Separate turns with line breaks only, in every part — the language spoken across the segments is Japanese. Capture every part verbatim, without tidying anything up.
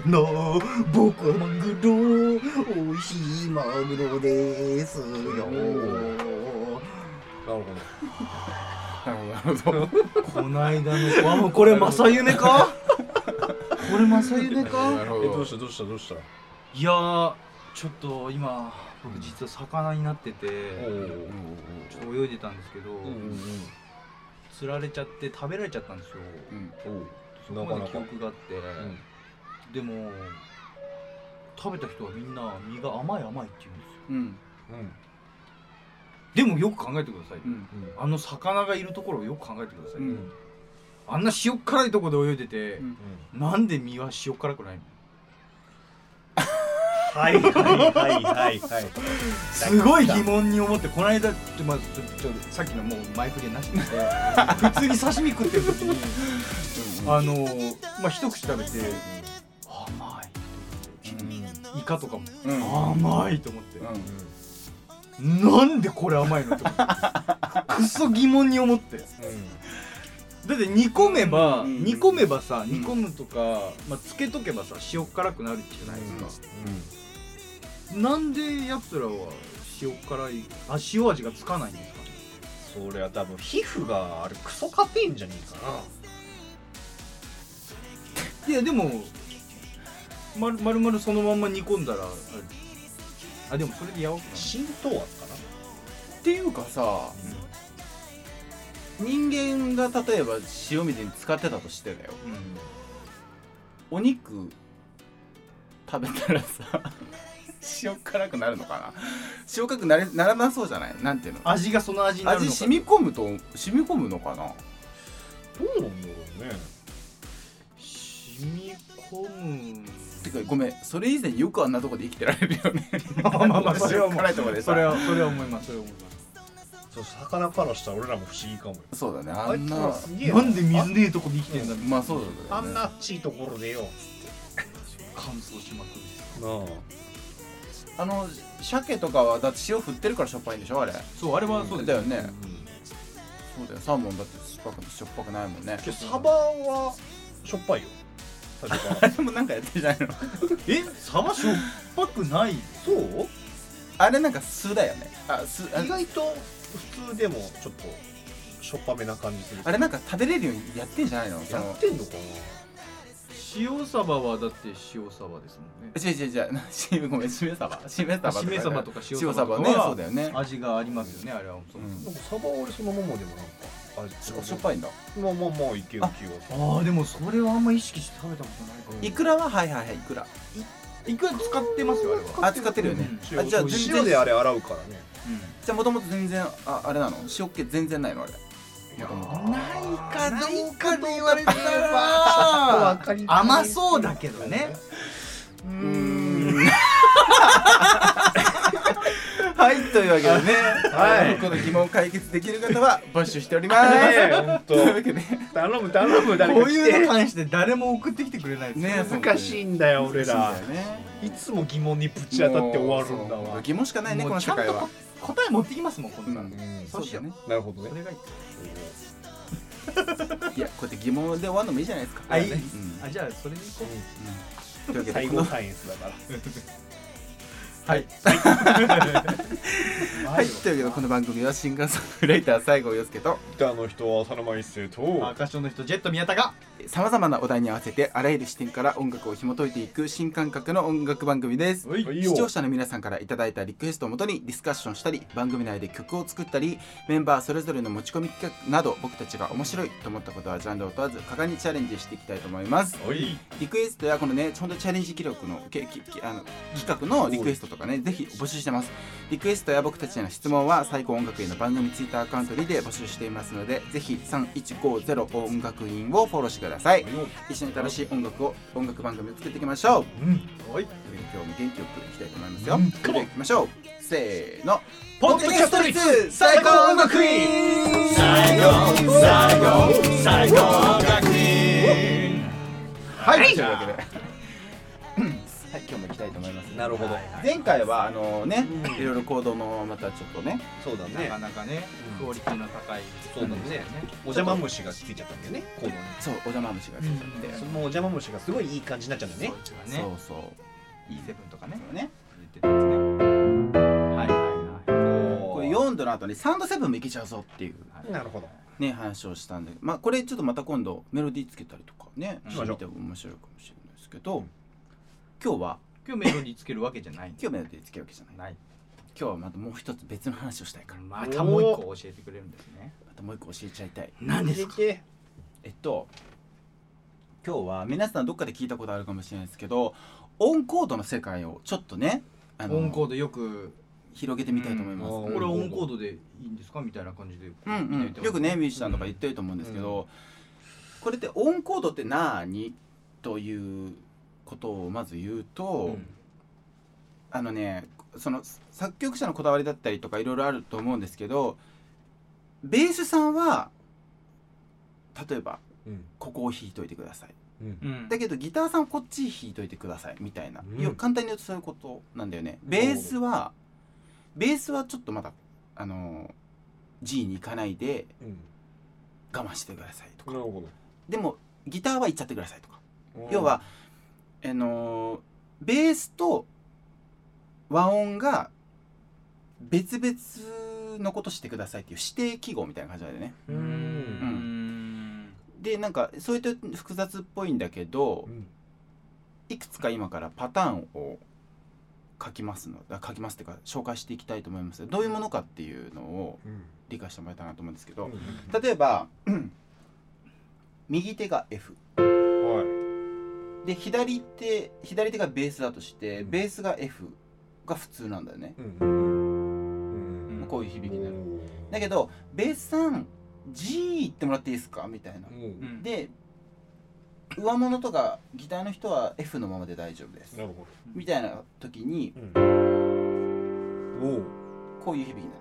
の僕はマグロ美味しいマグロですよ。
なるほ
なるほど
こないだのあもうこれ正夢かこれ正夢か
なるほど。
どえどうしたどうしたどうした
いやーちょっと今僕実は魚になってて、
お
ちょっと泳いでたんですけど、
うんうんうん
釣られちゃって食べられちゃったんですよ。
うん
おう
そこまで記憶があって、
うん
でも食べた人はみんな身が甘い甘いって言うんですよ。
うん
うん
でもよく考えてください、
うん
あの魚がいるところをよく考えてください、
うん
あんな塩辛いところで泳いでて、
うん
なんで身は塩辛くないの？
はいはいはいはいはい
すごい疑問に思って、この間ちょ、まあ、ちょちょさっきのもう前振りなしにして普通に刺身食ってる時にあのまあ一口食べて甘い、イカとかも、
うん
甘いと思って、
うん
なんでこれ甘いのって思ってくっそ疑問に思ってだって煮込めば、
うん
煮込めばさ、
ん
煮込むとか、まあ、つけとけばさ塩辛くなるじゃないですか、なんでやつらは塩辛いあ塩味がつかないんですかね。
それは多分皮膚があれクソ硬いんじゃねえかない
やでもまるまるまるそのまんま煮込んだらあれあでもそれで柔らかくなる
浸透圧か
っていうかさ、人間が例えば塩水に使ってたとしてだよ、お肉食べたらさ塩辛くなるのかな。塩辛くなれならなそうじゃない。なんていうの、
味がその味になるのか
味染み込むと染み込むのかな。
どうなんだろうね
染み込む
てかごめん、それ以前よくあんなとこで生きてられるよね
まあまあまあそれは
塩辛いとこでさ、
それはそれは思いますそれは思います
そう魚からしたら俺らも不思議かもよ
そうだね、あ
あいつ
んな
らすげえ
なんで水ねえとこで生きてんだみたいな
まあそうだよね、
あんなあっちいところでよ
乾燥しまくるし
なあ
あの鮭とかはだって塩振ってるからしょっぱいんでしょあれ。
そうあれはそうです
だよね、そうだよ、サーモンだってしょっぱくしょっぱくないもんね。
けどサバはしょっぱいよ確か
あれもなんかやってるじゃないの
えサバしょっぱくない
そう
あれなんか酢だよね。あ酢あ
意外と普通でもちょっとしょっぱめな感じする。
あれなんか食べれるようにやってんじゃないの。その
やってんのか
塩サバはだって塩サバですもんね
違う違う違うしごめん、しめ鯖しめ鯖
しめ鯖とか塩
塩
サバとか
鯖ね、
は
そうだよね。
味がありますよねあれはそも
うん
な。なんかサバは俺そのままでもなんか味
しょしょっぱいんだ。
まあまあまあいける気がする。
そもあーでもそれはあんま意識して食べたことないかも
いくらははいはいはい、いくら
いくら使ってますよあれは
あ使ってるよね。
うん
あじゃあ全然
塩であれ洗うからね。
じゃあもともと全然ああれなの、塩気全然ないのあれ。もともと
ないかどうかで言われた
わ
ら甘そうだけどね
うーんはい、というわけでね、はい、この疑問を解決できる方は募集しております。
ね
というわけで
頼む頼む誰
こうい
か来て。
うの関して誰も送ってきてくれないです
ね
難しいんだよ俺ら。
そうだよね。
いつも疑問にぶち当たって終わるんだ
もう
わ。
疑問しかないね、こ
もうちゃんと
の世界は。
答え持ってきますもんこんなの
うん
そうしよう
ね。
なるほどね
そ。れがいい
いや、こうやって疑問で終わるのもいいじゃないですか。
あいい
うん
あじゃあそれに行こ
というわけでこの
最後サイエンスだから。
はい
はい、というわけでこの番組はシンガーソングライター西郷陽介と
ギターの人は佐野真一生と
アーカッションの人ジェット宮田が
さまざまなお題に合わせてあらゆる視点から音楽を紐解いていく新感覚の音楽番組です。
はい
いいよ
視聴者の皆さんからいただいたリクエストをもとにディスカッションしたり、番組内で曲を作ったり、メンバーそれぞれの持ち込み企画など僕たちが面白いと思ったことはジャンルを問わず果敢にチャレンジしていきたいと思います。
おい
リクエストやこのね、ちょうどチャレンジ記録のけききあの企画のリクエストとかね、ぜひ募集してます。リクエストや僕たちへの質問は最高音楽院の番組ツイッターアカウントにで募集していますので、ぜひさんいちごゼロ音楽院をフォローしてください。一緒に楽しい音楽を音楽番組を作っていきましょう。
うんはい
というわけで今日も元気よくいきたいと思いますよ。
うん
それでは行きましょう。せーの。
ポッドキャスト率最高音楽院
最後最後最高音楽院
はい、というわけではい、今日も行きたいたいと思います。
なるほど。
前回はあのね、
うん
いろいろコードのまたちょっとね、
そうだね
なか。なかねクオリティの高い
そうだね。お邪魔虫がついちゃったんだよね、コードに。
そうお邪魔虫がついちゃって、
うん
そのお邪魔虫がすごいいい感じになっちゃうんだよね。
そう
そうそう
イーセブンとかね
そうね。
言ってたやつねはいはいはい
これよんどの後にサウンドセブンもいけちゃうぞっていう
なるほど。
ね話をしたんで、まあこれちょっとまた今度メロディーつけたりとかね
うん
してみても面白いかもしれないですけど、今日は
今日メロディーつけるわけじゃない
今日メロディーつけるわけじゃない。
ない
今日はまたもう一つ別の話をしたいから、
またもう一個教えてくれるんですね
またもう一個教えちゃいたい。
何ですか
え
えっと今日は皆さんどっかで聞いたことあるかもしれないですけど、オンコードの世界をちょっとねあの
オンコードよく
広げてみたいと思います。
うん
うん
これオンコードでいいんですかみたいな感じで
うんうん、よくねミュージシャンとか言ってると思うんですけど、これってオンコードって何ということをまず言うと、
うん
あのねその作曲者のこだわりだったりとかいろいろあると思うんですけど、ベースさんは例えば
うん
ここを弾いといてください、
うん
うん
だけどギターさんはこっち弾いといてくださいみたいな、
うん
よ簡単に言うとそういうことなんだよね。ベースはベースはちょっとまだあの G に行かないで
うん
我慢してくださいとか、
なるほ
でもギターは行っちゃってくださいとか、
ど。
要はあのーベースと和音が別々のことしてくださいっていう指定記号みたいな感じなんだよね。
う
うんん
でなんかそういった複雑っぽいんだけど、
うん
いくつか今からパターンを書きますのあ書きますっていうか紹介していきたいと思います。どういうものかっていうのを
うん
理解してもらえたらなと思うんですけど、
うん
例えば右手が F
は
で左手左手がベースだとして、
うん
ベースが F が普通なんだよね。
い。うんうん
こういう響きになる。
うん
だけどベースさん G 言ってもらっていいですかみたいな。
うん
で上物とかギターの人は F のままで大丈夫です
なるほ
みたいな時に
ど。おお。
こういう響きにな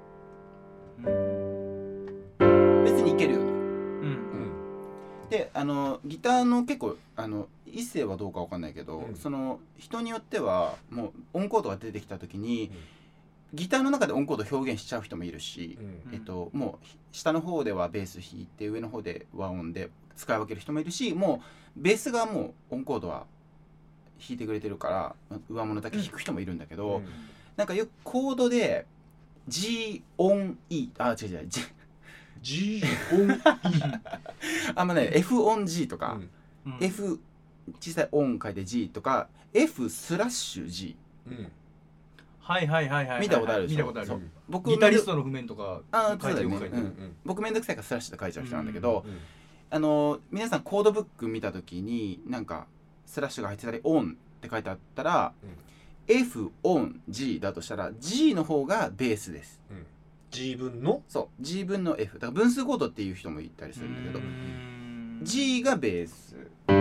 ります。別にいけるよね。
うん
であのギターの結構あの一世はどうかわかんないけど、
うん
その人によってはもうオンコードが出てきた時に、
うん
ギターの中でオンコードを表現しちゃう人もいるし、
うん
えっと、もう下の方ではベース弾いて上の方で和音で使い分ける人もいるし、もうベースがもうオンコードは弾いてくれてるから上物だけ弾く人もいるんだけど、
うん
なんかよくコードで G 音 E あ違う違う G
G 音 E
あんまね F 音 G とか、
うん
F 小さい音書いて G とか F スラッシュ G
うん
はいはいはいはい
見たことあるでしょ。
見たことある
そう僕
ギタリストの譜面とか
あ
書いてよく
そうだよね
書いてる
僕めんどくさいからスラッシュで書いちゃう人なんだけど、
うん
あの皆さんコードブック見た時になんかスラッシュが入ってたりオンって書いてあったら、
うん、
F オン G だとしたら G の方がベースです。
うん、G 分の
そう G 分の F だから分数コードっていう人もいたりするんだけど、
うん
G がベース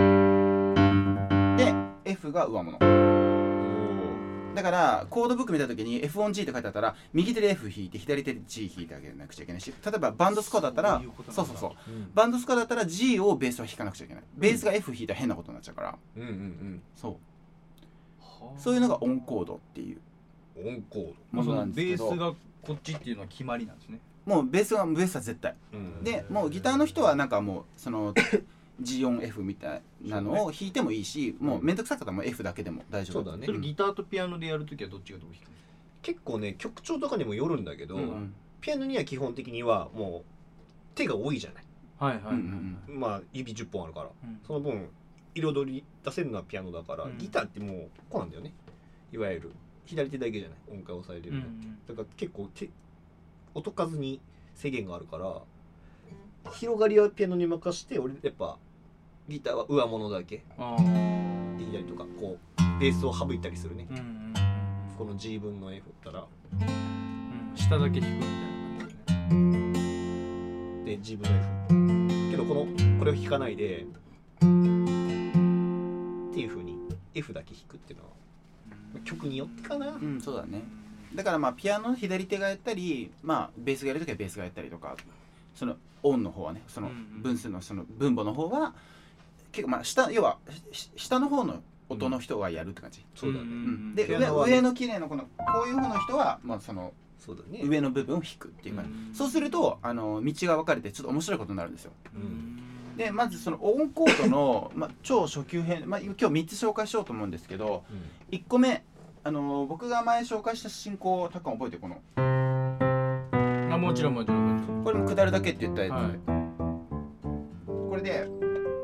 で F が上物だからコードブック見た時に F オン G って書いてあったら右手で F 弾いて左手で G 弾いてあげなくちゃいけないし、例えばバンドスコアだったら
そういうことなんだ
そうそうそう
うん
バンドスコアだったら G をベースは弾かなくちゃいけない。ベースが F 弾いたら変なことになっちゃうから、
うんうん
そうそういうのがオンコードっていう
うんオンコード、
まあその
ものなんですけど、
ベースがこっちっていうのは決まりなんですね
もうベースはベースは絶対
うん
で、もうギターの人はなんかもうその G 音 F みたいなのを弾いてもいいし、もうめんどくさかったらもう F だけでも大丈夫。
そうだね
それギターとピアノでやるときはどっちがどう弾くんですか
結構ね曲調とかにもよるんだけど、
うんうん
ピアノには基本的にはもう手が多いじゃない、
はいはい
うんうん
まあ指じゅっぽんあるから
うん
その分彩り出せるのはピアノだから、
うん
ギターってもうこうなんだよね、いわゆる左手だけじゃない音階を抑えれるの、だから結構手音数に制限があるから広がりはピアノに任して俺やっぱギターは上物だけ
あ
できたりとかこうベースを省いたりするね、
ーうんうん
この G 分の F だったら
うん下だけ弾くみたいな感じですね
で G 分の F けどこのこれを弾かないでっていう風に F だけ弾くっていうのは曲によってかな、
うんそうだね。だからまあピアノの左手がやったり、まあベースがやるときはベースがやったりとか、そのオンの方はね、その
うんうん
分数のその分母の方は結構まあ下要はし下の方の音の人がやるって感じ、
そうだね、
うんで
ピアノはね
上上の綺麗なこのこういう方の人は、まあ、その
そうだね、
上の部分を弾くっていう感じ、
うん
そうするとあの道が分かれてちょっと面白いことになるんですよ。
うん
でまずそのオンコードの、まあ、超初級編、まあ、今日みっつ紹介しようと思うんですけど、いっこめあの僕が前紹介した進行たっかん覚えてるこの
あ、もちろんもちろんもちろん。
これも下るだけって言ったやつ、
はい
これで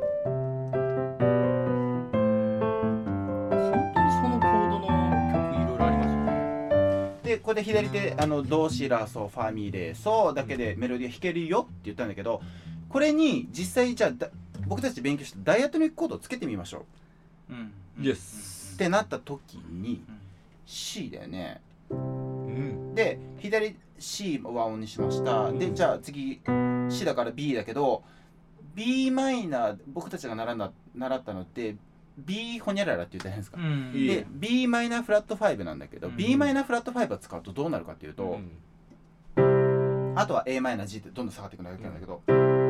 本当にそのコードの曲いろいろありますよね。
でこれで左手あのドシラソファミレソだけでメロディー弾けるよって言ったんだけど、これに実際じゃあだ僕たち勉強したダイアトニックコードをつけてみましょう
うん。
イエス
ってなった時に
うん
C だよね。
うん
で左 C は和音にしました。でじゃあ次 C だから B だけど B マイナー僕たちが習んだ習ったのって B ホニャララって言ったじゃないですか。
うん。
いい
で B マイナーフラットファイブなんだけど、
うん
B マイナーフラットファイブを使うとどうなるかっていうと、あとは A マイナー G ってどんどん下がっていくだけなんだけど、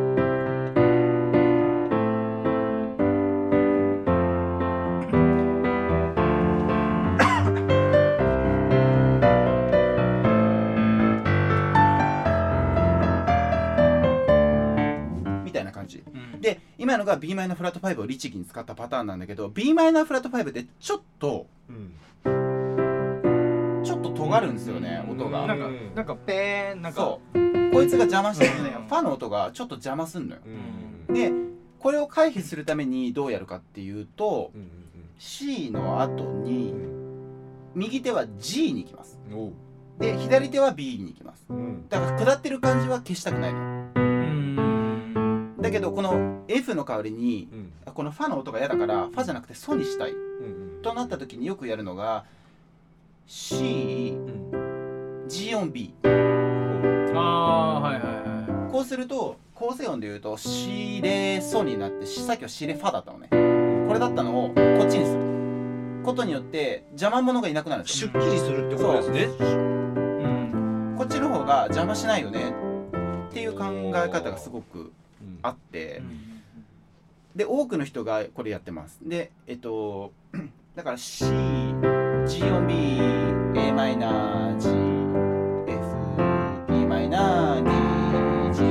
みたいな感じ
うん。
で今のが B マイナーフラットファイブを律儀に使ったパターンなんだけど、 B マイナーフラットファイブってちょっと
うん
ちょっと尖るんですよね、
うん
音が。
なんかなんかペーンなんか。
そうこいつが邪魔してるね、
うん
ファの音がちょっと邪魔すんのよ。
うん
でこれを回避するためにどうやるかっていうと、
うん
C の後に右手は G に行きます。
おう
で左手は B に行きます。
うん
だから下ってる感じは消したくないのよ。
うん。
だけどこの F の代わりに
うん
このファの音が嫌だからファじゃなくてソにしたい
うん
となった時によくやるのが C、
うん
G 音 B。
ああ、はいはいは
こうすると構成音で言うとシレソになって、さっきはシレファだったのね。これだったのをこっちにすることによって邪魔者がいなくなるんですよ。
シュッキリするってことですね。
い。うん。
こっちの方が邪魔しないよねっていう考え方がすごく
うん
あって
う、ん
で多くの人がこれやってます。でえっとだから C、G 音 B、A マイナー G、F、E マイナー D、G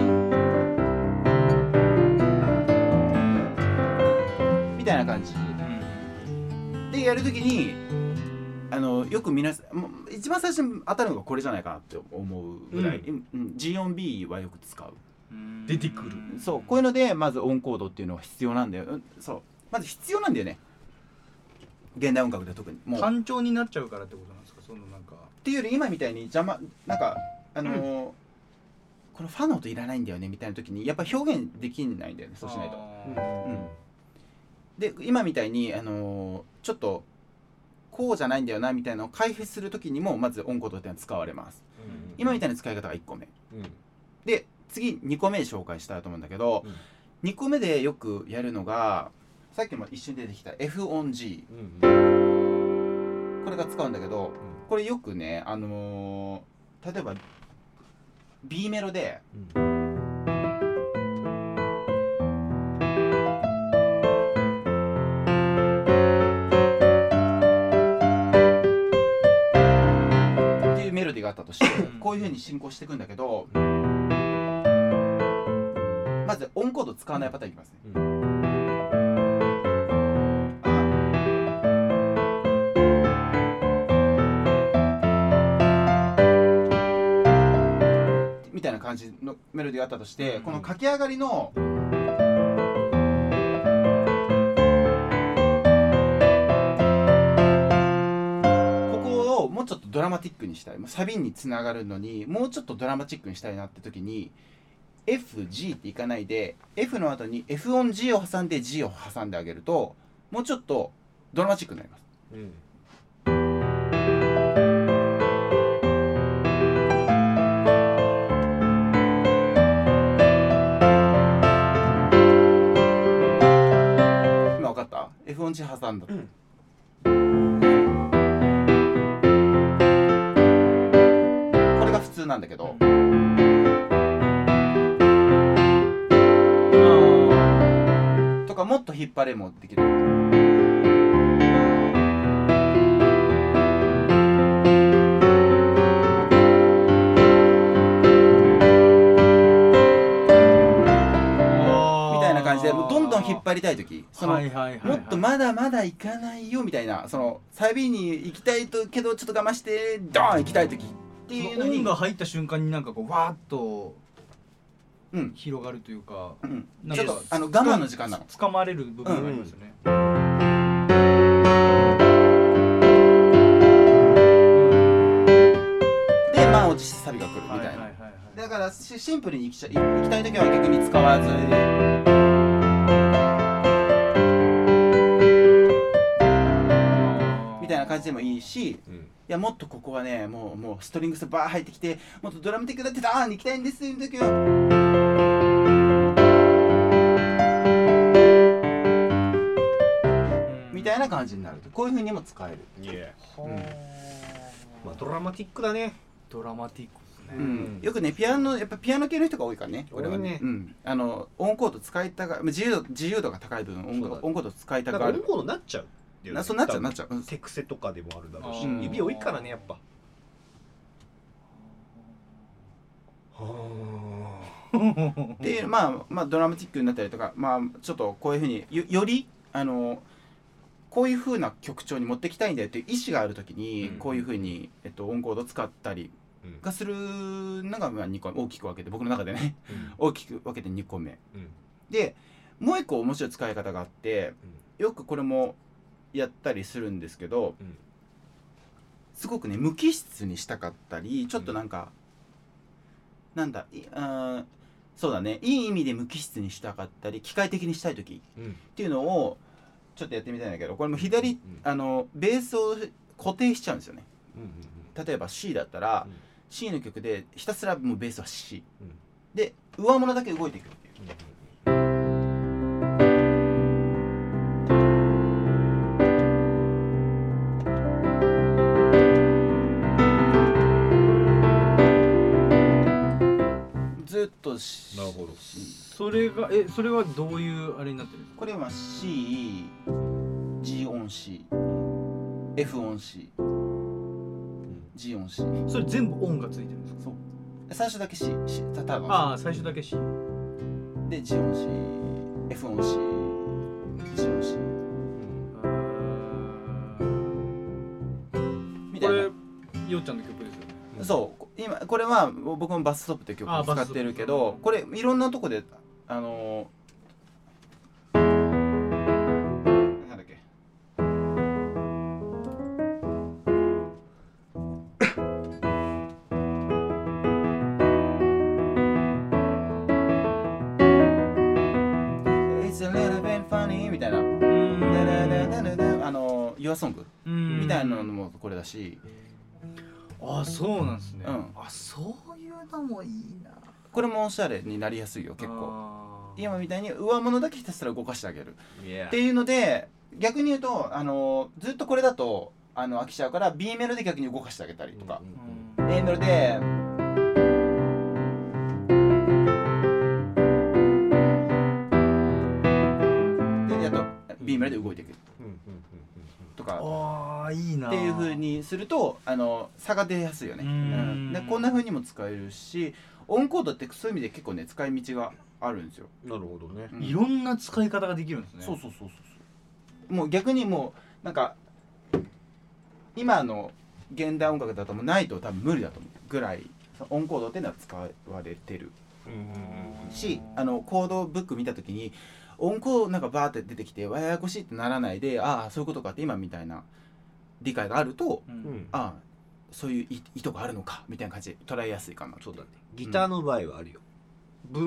みたいな感じでやるときに、あのよく皆さんもう一番最初に当たるのがこれじゃないかなって思うぐらい、うんうん、G 音 B はよく使う。
うん
出てくる
そうこういうのでまずオンコードっていうのは必要なんだよ。うんそうまず必要なんだよね、現代音楽で特に。もうっ
単調になっちゃうからってことなんですか、そのなんか。
ていうより今みたいに邪魔なんかあのーこのファの音いらないんだよねみたいな時にやっぱ表現できないんだよね、そうしないと。
あ
うんで今みたいに、あのーちょっとこうじゃないんだよなみたいなのを回避する時にもまずオンコードっていうのは使われます。今みたいな使い方がいっこめ
うん
で、次にこめ紹介したいと思うんだけど、
うん
にこめでよくやるのがさっきも一瞬出てきた F 音 G、
うん
これが使うんだけど、これよくね、あのー例えば B メロでっていうメロディーがあったとして、こういう風に進行していくんだけど、まずオンコード使わないパターンいきますね。
うん
みたいな感じのメロディーがあったとして、
うん
この駆け上がりのここをもうちょっとドラマティックにしたい、もうサビにつながるのにもうちょっとドラマチックにしたいなって時に エフジー っていかないで F の後に F 音 G を挟んで G を挟んであげるともうちょっとドラマチックになります。
うん
今分かった？ F 音 G 挟んだ、
うん
これが普通なんだけど、とかもっと引っ張れもできる。 引っ張りたい時、その、
はいはいはいはい、
もっとまだまだ行かないよみたいな、そのサビに行きたいとけどちょっと我慢してドーン行きたい時っていうのに
音が入った瞬間になんかこうわーっと
うん
広がるというか、
うん、
なんか
ちょっとあの我慢の時間なの。
掴まれる部分がありますよね、
で満を持してサビが来るみたいな、
はいはいはいはい、
だからシシンプルに行きちゃ行きたい時は逆に使わずみたいな感じでもいいし、うん、いやもっとここはねもうもうストリングスバー入ってきてもっとドラムテックだってダーンに行きたいんですいう時はみたいな感じになるとこういう風にも使える。
Yeah. うん、まあドラマティックだね。
ドラマティックですね、
うん、よくねピアノやっぱピアノ系の人が多いからね。
俺はね、
うん、あのオンコード使いたが自由度自由度が高い分オンオンコード使いたがる。
オンコードになっちゃう。
なそうなっちゃうなっちゃう。
手癖とかでもあるだろうし、
うん、
指多いからねやっぱ。
でまあまあドラマチックになったりとか、まあちょっとこういうふうに よ, よりあのこういう風な曲調に持ってきたいんだよっていう意思があるときに、うん、こういう風にえっとオンコードを使ったりがするのがまあにこ大きく分けて僕の中でね、うん、大きく分けてにこめ、うん、でもういっこ面白い使い方があって、うん、よくこれもやったりするんですけど、うん、すごくね無機質にしたかったりちょっとなんか、うん、なんだあそうだねいい意味で無機質にしたかったり機械的にしたい時っていうのをちょっとやってみたいんだけどこれも左、うん、あのベースを固定しちゃうんですよね、うんうんうん、例えば C だったら、うん、C の曲でひたすらもうベースは C、うん、で上物だけ動いていくっていう、うんうんずっと
なるほど
それがえそれはどういうあれになってるんですか。
これは C、G 音 C、F 音 C、G 音 C。
それ全部音がついてるんですか。
そう。最初だけ C、C た多分。
ああ最初だけ C。
で G 音 C、F 音 C、G 音 C。みたいな。これ
よっちゃんの曲ですよね。
そう今これは僕もバスストップという曲を使ってるけどこれいろんなとこであのー、なんだっけIt's a little bit funny みたいなあのー、Your Song みたいなのもこれだし
あそうなんですね、
うん、
あそういうのもいいな。
これもおしゃれになりやすいよ結構今みたいに上物だけひたすら動かしてあげる、yeah. っていうので逆に言うとあのずっとこれだとあの飽きちゃうから B メロで逆に動かしてあげたりとか、うん、A メロででやっと B メロで動いていく、うんとか
あいいな
っていう風にするとあの差が出やすいよね。うん、でこんな風にも使えるしオンコードってそういう意味で結構ね使い道があるんですよ。
なるほどね、
うん、いろんな使い方ができるんですね。
そうそうそうそうもう逆にもうなんか今の現代音楽だともうないと多分無理だと思うぐらいオンコードっていうのは使われてるしあのコードブック見た時に音符なんかバーって出てきてややこしいってならないでああそういうことかって今みたいな理解があると、うん、ああそういう意図があるのかみたいな感じで捉えやすいかな。
そうだね。ギターの場合はあるよ、うん、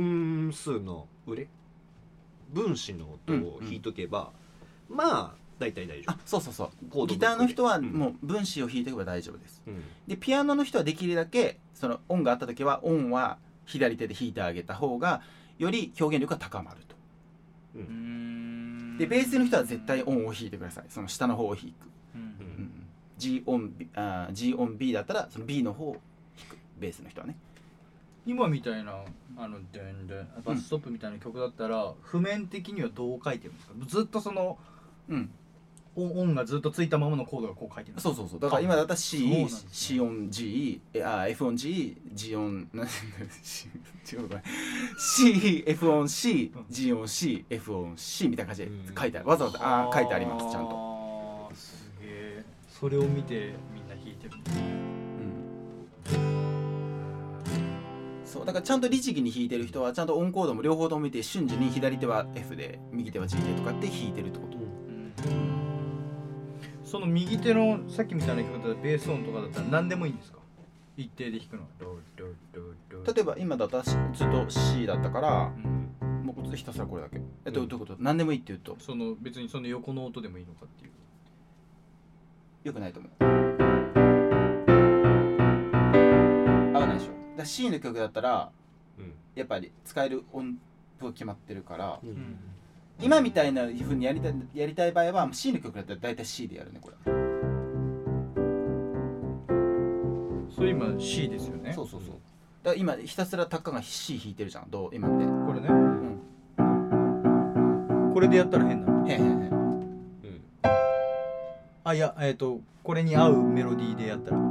分数の売れ分子の音を弾いとけば、うん、まあ大体大丈夫。
あそうそうそうギターの人はもう分子を弾いておけば大丈夫です、うん、でピアノの人はできるだけその音があった時は音は左手で弾いてあげた方がより表現力が高まると。うん、でベースの人は絶対音を弾いてください。その下の方を弾く、うんうん、G 音 B あ G 音 B だったらその B の方を弾くベースの人はね。
今みたいなあのデンデンバスストップみたいな曲だったら、うん、譜面的にはどう書いてるんですか。ずっとその、うん、 音音がずっとついたままのコードがこう書いてる。
そうそうそう。だから今だったら
そうなん
C
ですね
C 音 G えあ F 音 G G 音なん違うこれ C F 音 C G 音 C F 音 C みたいな感じで書いてある。わざわざあ書いてありますちゃんと。
と。すげえ。それを見てみんな弾いてる。
そうだからちゃんと律儀に弾いてる人はちゃんとオンコードも両方とも見て瞬時に左手は F で右手は G でとかって弾いてるってこと。
その右手のさっきみたいな曲だったらベース音とかだったら何でもいいんですか？一定で弾くの。ドドドド
例えば今だったらずっと C だったから
うん
もうひたすらこれだけ。えどういうこと？何でもいいって言うと
その別にその横の音でもいいのかっていう。
よくないと思う。合わないでしょ。だ C の曲だったら、うん、やっぱり使える音符が決まってるから、うん、今みたいな風にやりたいやりたい場合は C の曲だったら大体 C でやるねこれ。
それ今 C ですよね。
そうそうそう。だから今ひたすらタッカが C 弾いてるじゃん。どう今みたいな。
これね。うん。これでやったら変なの。
へんへんへん。うん。
あいやえっ、ー、とこれに合うメロディーでやったら。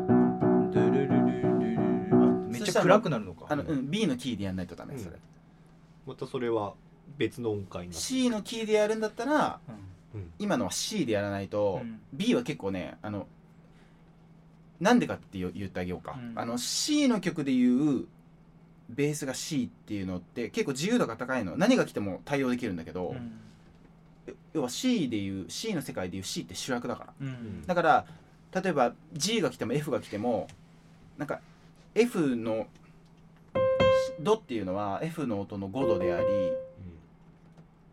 めっちゃ暗くなるのか。
あの、うん、B のキーでやんないとダメ、うん、それ。
またそれは別の音階になる。
C のキーでやるんだったら、うん、今のは C でやらないと、うん、B は結構ねあのなんでかって言ってあげようか、うん、あの C の曲でいうベースが C っていうのって結構自由度が高いの。何が来ても対応できるんだけど、うん、要は C でいう C の世界でいう C って主役だから、うん、だから例えば G が来ても F が来てもなんかF のドっていうのは F の音のごどであり、うん、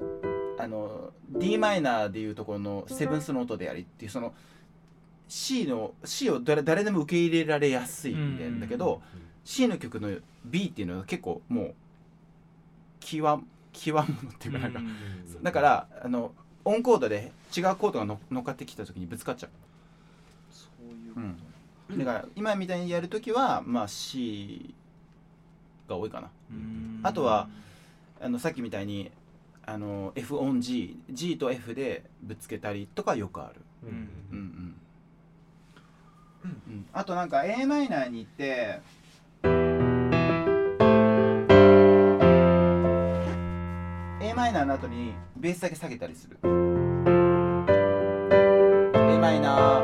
あの D マイナーでいうところのセブンスの音でありっていうその C の C を誰誰でも受け入れられやすいんだけど、うん、C の曲の B っていうのは結構もう極極物っていうかなんか、うん、だからあのオンコードで違うコードがの乗っかってきた時にぶつかっちゃう。
そういうこと、
うん、だから今みたいにやるときはまあ C が多いかな。あとはあのさっきみたいにあの F オン G G と F でぶつけたりとかよくある。うんうんうんうん、あとなんか A マイナーに行って A マイナーの後にベースだけ下げたりする。 A マイナ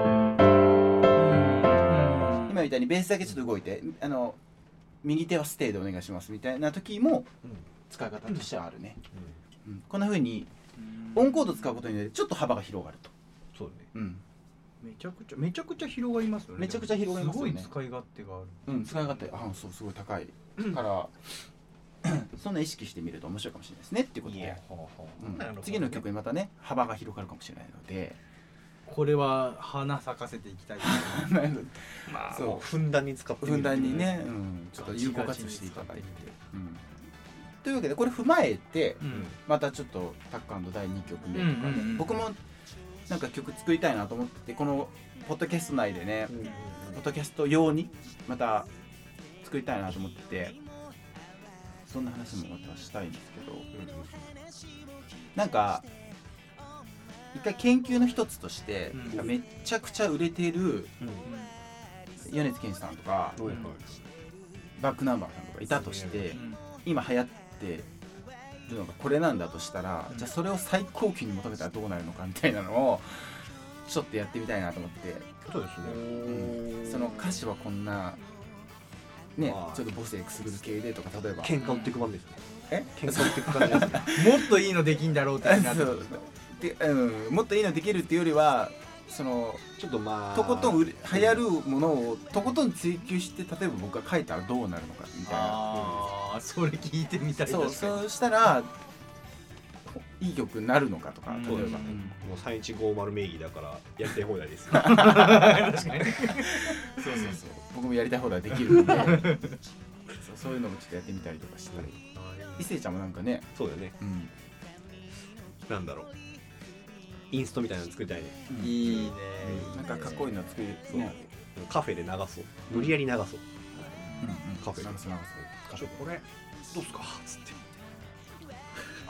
ー今みたいにベースだけちょっと動いてあの右手はステイでお願いしますみたいな時も使い方としてはあるね、うんうん、こんな風にオンコード使うことによってちょっと幅が広がると。
そうね、
うん、
めちゃくちゃめちゃくちゃ広がりますよね。
めちゃくちゃ広がりますよね。
すごい使い勝手がある。
うん、使い勝手あそうすごい高いからそんな意識してみると面白いかもしれないですねっていうことで、うん、次の曲にまたね幅が広がるかもしれないので
これは花咲かせていきたいですね。
まあそうふんだんに使ってみる
ふんだんにね、うん、ちょっと有効活用していただいて、うん、というわけでこれ踏まえて、うん、またちょっとタッカンドだいにきょくめとかで、うんうんうん、僕もなんか曲作りたいなと思ってこのポッドキャスト内でね、うんうんうん、ポッドキャスト用にまた作りたいなと思っててそんな話もまたしたいんですけど、うんうん、なんか一回研究の一つとして、うん、めちゃくちゃ売れてる、うん、米津玄師さんとか、うん、バックナンバーさんとかいたとして、うん、今流行ってるのがこれなんだとしたら、うん、じゃあそれを最高級に求めたらどうなるのかみたいなのをちょっとやってみたいなと思って。
そうですね、
うん、その歌詞はこんなね、まあ、ちょっと母性くすぐる系でとか例えば
喧嘩売っていく番ですね。
え
喧嘩売っていく感じですね。
もっといいのできんだろうってなって
で、うん、もっといいのできるっていうよりはその
ちょっとまあ
とことん流行るものをとことん追求して例えば僕が書いたらどうなるのかみたいな。
ああ、それ聞いてみたい。
そう、そうしたらいい曲になるのかとか、うん、例えば、うん、も
うさんいちごまる名義だからやりたい放題です。
確かに。そうそうそう。
僕もやりたい放題できるんで、そう、そういうのもちょっとやってみたりとかしたり。伊勢ちゃんもなんかね。
そうだよね。うん、なんだろう。インストみたいなの作りたいね。
うん、いいね、
うん。なんかかっこいいの作り、ね、
カフェで流そう。無理やり流そう。うんうん、
カフェで流そう。
ちょこれどうすかつって。
あれ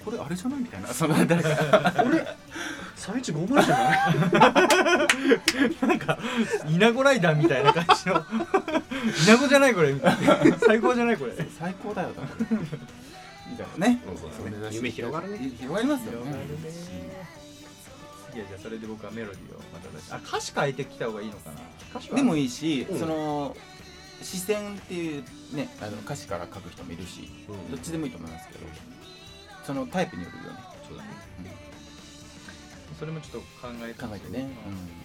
これあれじゃないみたいな、その誰か
俺さんいちごまるじゃない
なんかイナゴライダーみたいな感じのイナゴじゃないこれみたいな最高じゃないこれ
最高だよだからみたいなね、
そうですね、夢広がるね、
広がりますよね。
いやじゃあそれで僕はメロディーをまた出して、あ歌詞変えてきた方がいいのかな。歌詞は
でもいいし、
うん
その視線っていうね、あの歌詞から書く人もいるし、
うん
どっちでもいいと思いますけど、そのタイプによるよね。
そうだね、
それもちょっと考え
考えてね、
うん
うん、うん、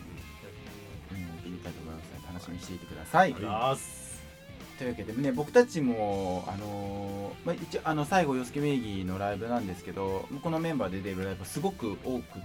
見たいと思いますので楽しみにしていてください。
あーす
というわけでね、僕たちもあのーまあ、一応あの最後洋介名義のライブなんですけど、このメンバーで出るライブすごく多くって、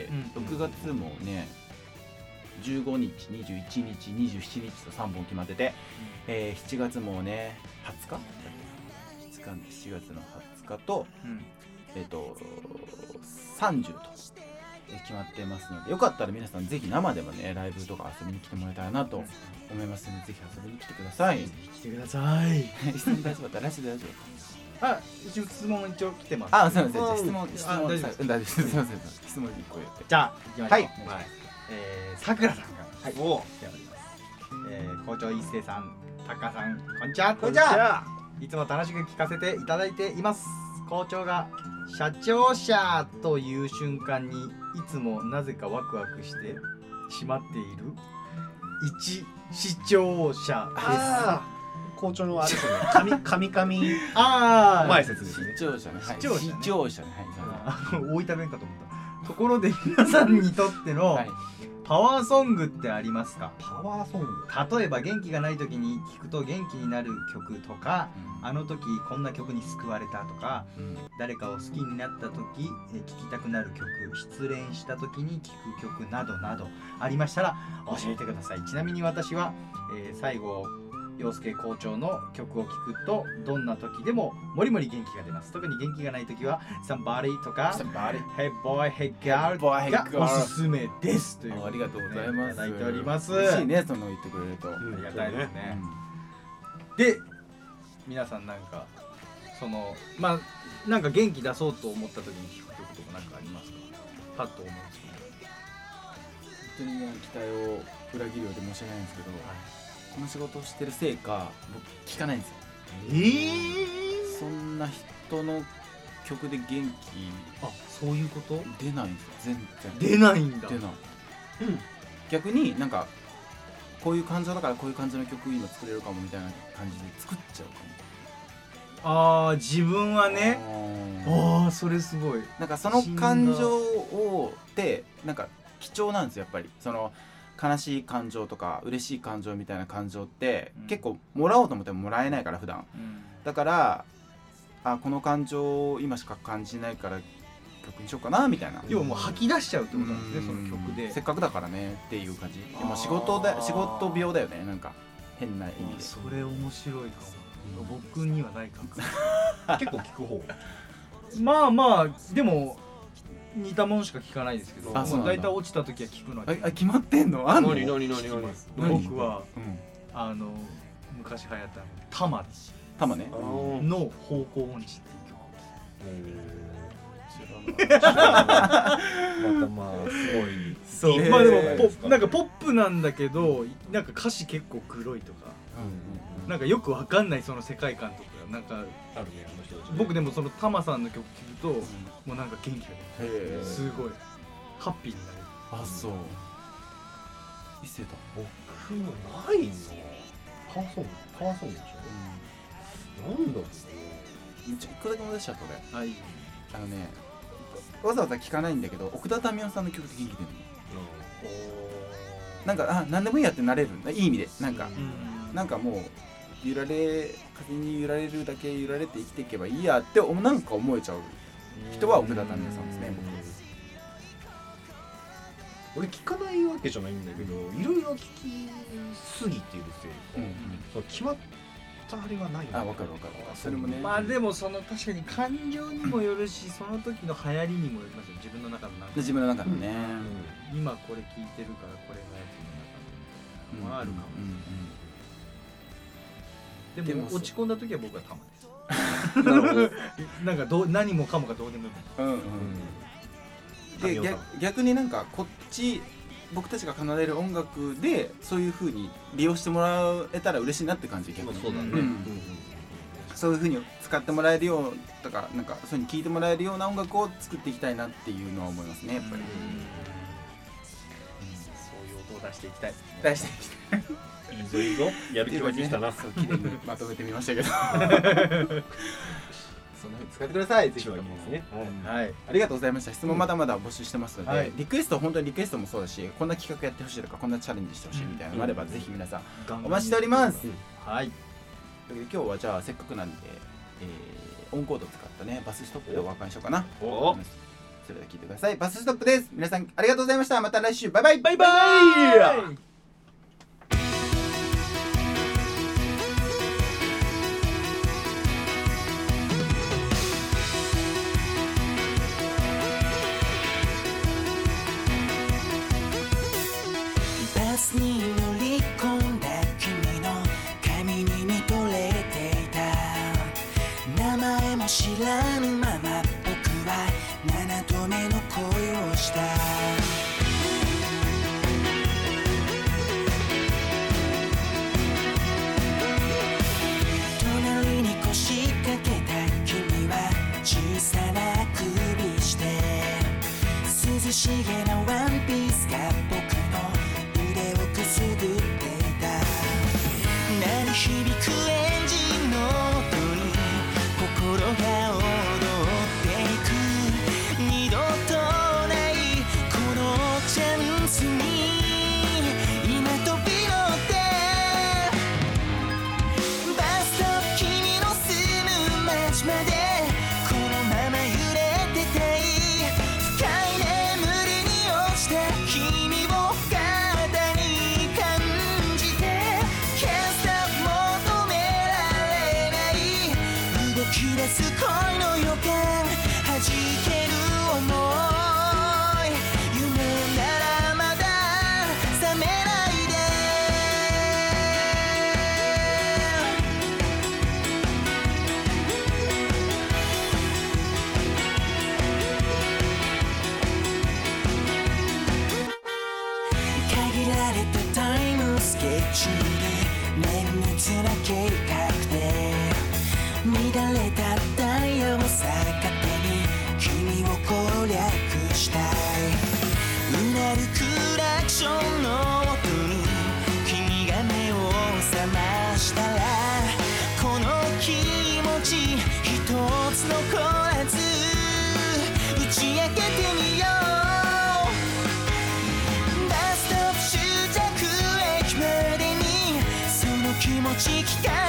うん
ろくがつもねじゅうごにち、にじゅういちにち、にじゅうしちにちとさんぼん決まってて、えー、しちがつもねはつかしちがつのはつかと、
うん
えっ、とさんじゅうとえー決まってますので、よかったら皆さんぜひ生でもねライブとか遊びに来てもらえたらなと思いますので、ぜひ遊びに来てください。
来てください。
質問大丈夫だったら来週大丈夫
あ一応質問一応来てます。
あ、そうですね。じゃあ
うん
質問質問
あ大丈夫です
うん大丈夫です。すみません。質問いっこやって。
じゃあ行きましょう。
はい
はい
えーさくらさんが
はい、お
来ております。えー校長一星さん、たかさん、こんにちは。
こんにちは。
いつも楽しく聞かせていただいています。校長が社長者という瞬間にいつもなぜかワクワクしてしまっている一視聴者です。
あー校長のあれですね、神神神
あー
前説ですね。
視聴者ね。はい
視聴者ね
視聴者ね。はい
あー大分弁かと思った。ところで皆さんにとっての
はい。
パワーソングってありますか？
パワーソング。
例えば元気がない時に聴くと元気になる曲とか、あの時こんな曲に救われたとか、
うん
誰かを好きになった時えー聴きたくなる曲、失恋した時に聴く曲などなどありましたら教えてください。ちなみに私は、えー最後陽介校長の曲を聴くとどんな時でももりもり元気が出ます。特に元気がない時は Somebody とか
Somebody
Hey Boy Hey Girl
Boy, Hey
が
Girl
おすすめですという
ありがとうございます。
いただいております。
嬉しいね、その言ってくれると。
うん
ありがたいです
う
ね。
ん
で皆さんなんかそのまあなんか元気出そうと思った時に聴く曲とかなんかありますか？パッと思うんですけど。
本当にね、期待を裏切るようで申し訳ないんですけど、この仕事をしてるせいか、僕聞かないんですよ。
えー、
そんな人の曲で元気
あそういうこと？
出ないんですよ。全然。
出ないんだ。
出ない。
うん。
逆になんかこういう感情だからこういう感じの曲今作れるかもみたいな感じで作っちゃうか
ああ自分は
も。
ね。
あー
ああそれすごい。
なんかその感情をってなんか貴重なんですよやっぱり。その悲しい感情とか嬉しい感情みたいな感情って、
うん
結構もらおうと思ってももらえないから普段。
うん
だからあこの感情を今しか感じないから曲にしようかなみたいな。
要はもう吐き出しちゃうってことなんですね、その曲で。
せっかくだからねっていう感じ。で
あー
も仕事だ仕事病だよねなんか変な意味で。
それ面白いかも。僕にはないかも。
結構聞く方。
まあまあでも似たものしか聞かないですけど、
あそうなんだ
大体落ちた時は聞くの
あ
で。
あ決まってんのあんの？
何何何何。
何
僕は
うん
あの昔流行ったタマ
たまね。
あー
の方向音痴っていう曲。
知らない。またまあすごい。
そう、
えー
まあでもポ
そう
ッなんかポップなんだけどなんか歌詞結構黒いとか
うん
なんかよくわかんないその世界観とかなんか
あるねあの人たちね。
僕でもそのタマさんの曲聴くともうなんか元気が
へ
出る
え。
すごいハッピーになる。
あそう。伊勢だ。
僕もないの。パワーソングパワーソングでしょ。なんだろう。
うん。ちょ一個だけ思い出しちゃった俺。
はい。
あのねわざわざ聞かないんだけど奥田民生さんの曲で元気出るの。なんかあ何でもいいやってなれるんだいい意味でなんか
うん
なんかもう揺られ風に揺られるだけ揺られて生きていけばいいやってなんか思えちゃう人は奥田民生さんですね
俺聞かないわけじゃないんだけど、いろいろ聞きすぎてるせいか、
うんうん
その決まったあれがない。
あ分かる分かるそれもね
まあでもその確かに感情にもよるしその時の流行りにもよりますよ自分の中のなんか
自分の中のね
今これ聴いてるからこれがやつの中でみたいなのもあるかも、
うんうんうん
でも
でもそう
落ち込んだ時は僕はタマですなんかどう何もかもがどうでもいい。
うんうんで逆逆になんかこっち僕たちが奏でる音楽でそういう風に利用してもらえたら嬉しいなって感じ。逆に
そうだね、
うん、そういう風に使ってもらえるようとかなんかそういう風に聴いてもらえるような音楽を作っていきたいなっていうのは思いますねやっぱり、うんうん、
そういう音を出していきたい
出していきたい
いいぞいいぞやる気湧いてきたな。
そう綺麗にまとめてみましたけどそんな風に使ってください。ぜひともですね、はい、ありがとうございました。質問まだまだ募集してますので、うんはい、リクエスト本当にリクエストもそうだしこんな企画やってほしいとかこんなチャレンジしてほしいみたいなのがあれば、うん、ぜひ皆さんお待ちしております、うん、はいというわけで今日はじゃあせっかくなんで、えー、オンコードを使ったねバスストップでお別れしようかな。おそれでは聞いてください。バスストップです。皆さんありがとうございました。また来週バイバイバイバイ。
バスに乗り込んだ君の髪に見とれていた。名前も知らぬまま僕は七度目の恋をした。隣に腰掛けた君は小さな首して涼しげなワンピースが僕のくすぐっていた。鳴り響くエンジンの音に心が踊っていく。二度とないこのチャンスに今飛び乗ってバストップ君の住む街までこのまま揺れてたい。深い眠りに落ちた君を吹き出す恋の予感弾ける想い夢ならまだ覚めないで。限られたタイムスケジュール綿密な計画で乱れたダイヤを逆手に君を攻略したい。うなるクラクションの音に君が目を覚ましたらこの気持ち一つ残らず打ち明けてみよう。バストップ終着駅までにその気持ち聞か